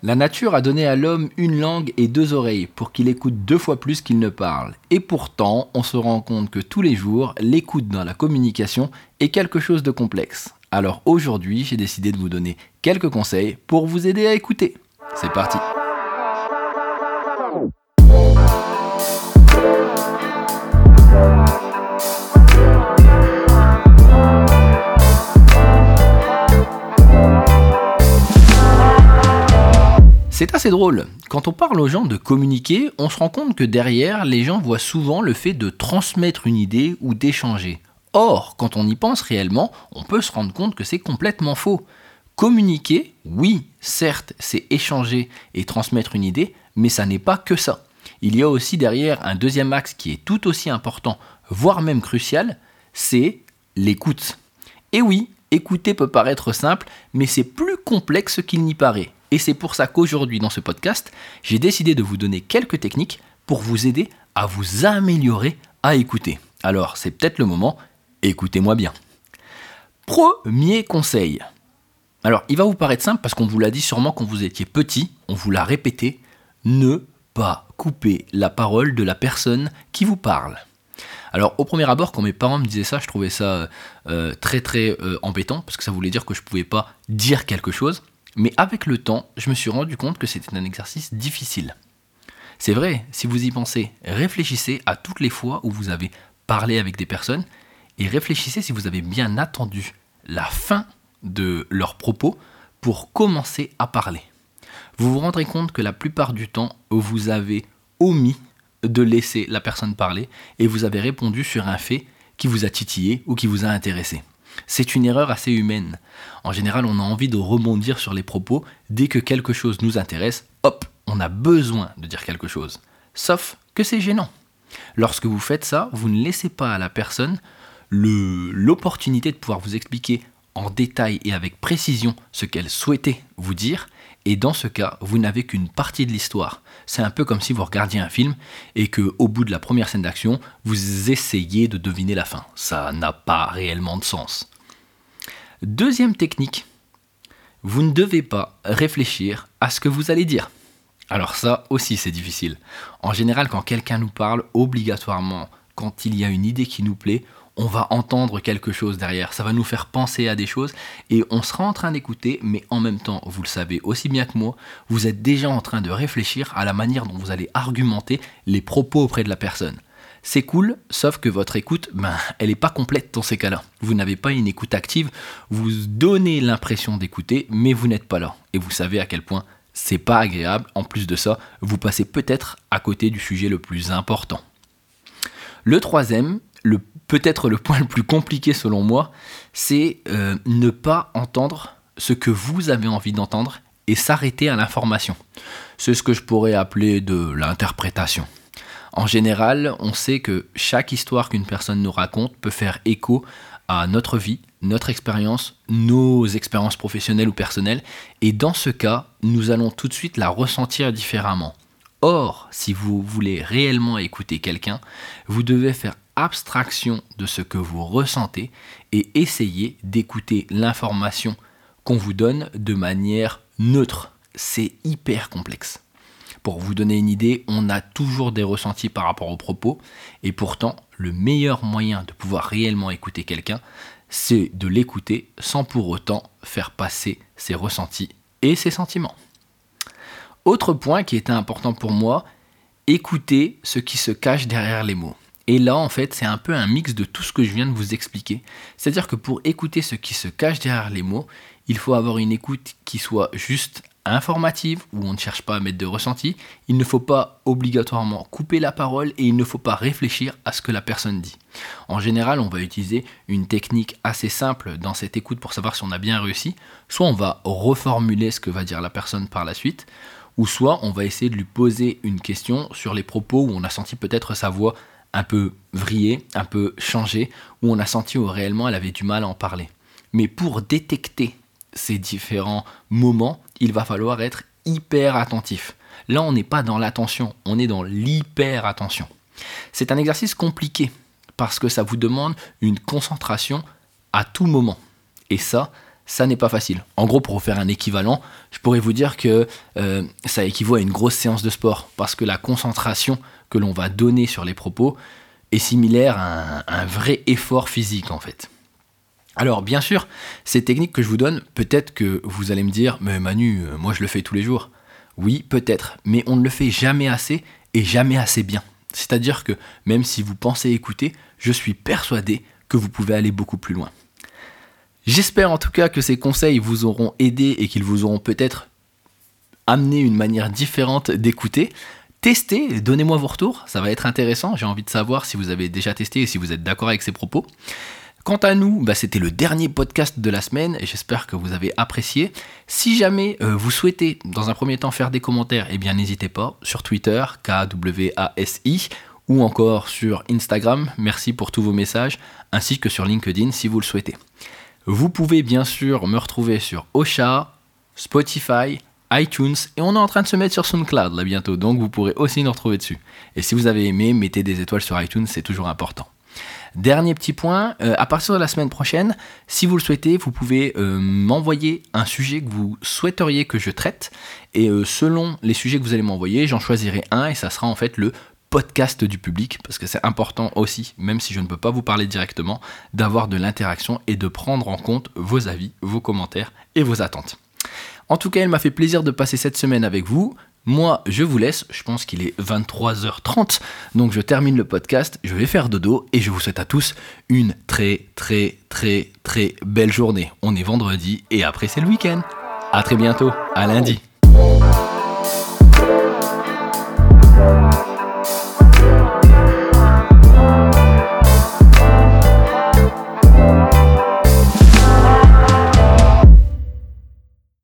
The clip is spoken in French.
La nature a donné à l'homme une langue et deux oreilles pour qu'il écoute 2 fois plus qu'il ne parle. Et pourtant, on se rend compte que tous les jours, l'écoute dans la communication est quelque chose de complexe. Alors aujourd'hui, j'ai décidé de vous donner quelques conseils pour vous aider à écouter. C'est parti! C'est assez drôle. Quand on parle aux gens de communiquer, on se rend compte que derrière, les gens voient souvent le fait de transmettre une idée ou d'échanger. Or, quand on y pense réellement, on peut se rendre compte que c'est complètement faux. Communiquer, oui, certes, c'est échanger et transmettre une idée, mais ça n'est pas que ça. Il y a aussi derrière un deuxième axe qui est tout aussi important, voire même crucial, c'est l'écoute. Et oui, écouter peut paraître simple, mais c'est plus complexe qu'il n'y paraît. Et c'est pour ça qu'aujourd'hui, dans ce podcast, j'ai décidé de vous donner quelques techniques pour vous aider à vous améliorer à écouter. Alors, c'est peut-être le moment, écoutez-moi bien. Premier conseil. Alors, il va vous paraître simple parce qu'on vous l'a dit sûrement quand vous étiez petit, on vous l'a répété, ne pas couper la parole de la personne qui vous parle. Alors, au premier abord, quand mes parents me disaient ça, je trouvais ça très embêtant parce que ça voulait dire que je ne pouvais pas dire quelque chose. Mais avec le temps, je me suis rendu compte que c'était un exercice difficile. C'est vrai, si vous y pensez, réfléchissez à toutes les fois où vous avez parlé avec des personnes et réfléchissez si vous avez bien attendu la fin de leurs propos pour commencer à parler. Vous vous rendrez compte que la plupart du temps, vous avez omis de laisser la personne parler et vous avez répondu sur un fait qui vous a titillé ou qui vous a intéressé. C'est une erreur assez humaine. En général, on a envie de rebondir sur les propos. Dès que quelque chose nous intéresse, hop, on a besoin de dire quelque chose. Sauf que c'est gênant. Lorsque vous faites ça, vous ne laissez pas à la personne l'opportunité de pouvoir vous expliquer en détail et avec précision ce qu'elle souhaitait vous dire. Et dans ce cas, vous n'avez qu'une partie de l'histoire. C'est un peu comme si vous regardiez un film et qu'au bout de la première scène d'action, vous essayez de deviner la fin. Ça n'a pas réellement de sens. Deuxième technique, vous ne devez pas réfléchir à ce que vous allez dire. Alors ça aussi c'est difficile. En général, quand quelqu'un nous parle, obligatoirement, quand il y a une idée qui nous plaît, on va entendre quelque chose derrière, ça va nous faire penser à des choses et on sera en train d'écouter, mais en même temps, vous le savez aussi bien que moi, vous êtes déjà en train de réfléchir à la manière dont vous allez argumenter les propos auprès de la personne. C'est cool, sauf que votre écoute, elle n'est pas complète dans ces cas-là. Vous n'avez pas une écoute active, vous donnez l'impression d'écouter, mais vous n'êtes pas là. Et vous savez à quel point c'est pas agréable. En plus de ça, vous passez peut-être à côté du sujet le plus important. Le troisième, peut-être le point le plus compliqué selon moi, c'est ne pas entendre ce que vous avez envie d'entendre et s'arrêter à l'information. C'est ce que je pourrais appeler de l'interprétation. En général, on sait que chaque histoire qu'une personne nous raconte peut faire écho à notre vie, notre expérience, nos expériences professionnelles ou personnelles, et dans ce cas, nous allons tout de suite la ressentir différemment. Or, si vous voulez réellement écouter quelqu'un, vous devez faire abstraction de ce que vous ressentez et essayer d'écouter l'information qu'on vous donne de manière neutre. C'est hyper complexe. Pour vous donner une idée, on a toujours des ressentis par rapport aux propos et pourtant, le meilleur moyen de pouvoir réellement écouter quelqu'un, c'est de l'écouter sans pour autant faire passer ses ressentis et ses sentiments. Autre point qui était important pour moi, écouter ce qui se cache derrière les mots. Et là, en fait, c'est un peu un mix de tout ce que je viens de vous expliquer. C'est-à-dire que pour écouter ce qui se cache derrière les mots, il faut avoir une écoute qui soit juste informative, où on ne cherche pas à mettre de ressenti. Il ne faut pas obligatoirement couper la parole et il ne faut pas réfléchir à ce que la personne dit. En général, on va utiliser une technique assez simple dans cette écoute pour savoir si on a bien réussi. Soit on va reformuler ce que va dire la personne par la suite, ou soit on va essayer de lui poser une question sur les propos où on a senti peut-être sa voix un peu vrillée, un peu changée, où on a senti où réellement elle avait du mal à en parler. Mais pour détecter ces différents moments, il va falloir être hyper attentif. Là, on n'est pas dans l'attention, on est dans l'hyper-attention. C'est un exercice compliqué parce que ça vous demande une concentration à tout moment. Et ça ça n'est pas facile. En gros, pour faire un équivalent, je pourrais vous dire que ça équivaut à une grosse séance de sport, parce que la concentration que l'on va donner sur les propos est similaire à un vrai effort physique en fait. Alors bien sûr, ces techniques que je vous donne, peut-être que vous allez me dire « Mais Manu, moi je le fais tous les jours ». Oui, peut-être, mais on ne le fait jamais assez et jamais assez bien. C'est-à-dire que même si vous pensez écouter, je suis persuadé que vous pouvez aller beaucoup plus loin. J'espère en tout cas que ces conseils vous auront aidé et qu'ils vous auront peut-être amené une manière différente d'écouter. Testez, donnez-moi vos retours, ça va être intéressant. J'ai envie de savoir si vous avez déjà testé et si vous êtes d'accord avec ces propos. Quant à nous, c'était le dernier podcast de la semaine et j'espère que vous avez apprécié. Si jamais vous souhaitez dans un premier temps faire des commentaires, eh bien n'hésitez pas sur Twitter, KWASI, ou encore sur Instagram, merci pour tous vos messages, ainsi que sur LinkedIn si vous le souhaitez. Vous pouvez bien sûr me retrouver sur Ocha, Spotify, iTunes et on est en train de se mettre sur SoundCloud là bientôt, donc vous pourrez aussi nous retrouver dessus. Et si vous avez aimé, mettez des étoiles sur iTunes, c'est toujours important. Dernier petit point, à partir de la semaine prochaine, si vous le souhaitez, vous pouvez m'envoyer un sujet que vous souhaiteriez que je traite et selon les sujets que vous allez m'envoyer, j'en choisirai un et ça sera en fait le podcast du public parce que c'est important aussi, même si je ne peux pas vous parler directement, d'avoir de l'interaction et de prendre en compte vos avis, vos commentaires et vos attentes. En tout cas, il m'a fait plaisir de passer cette semaine avec vous. Moi, je vous laisse, je pense qu'il est 23h30, donc je termine le podcast, je vais faire dodo et je vous souhaite à tous une très belle journée. On est vendredi et après c'est le week-end. À très bientôt, à lundi.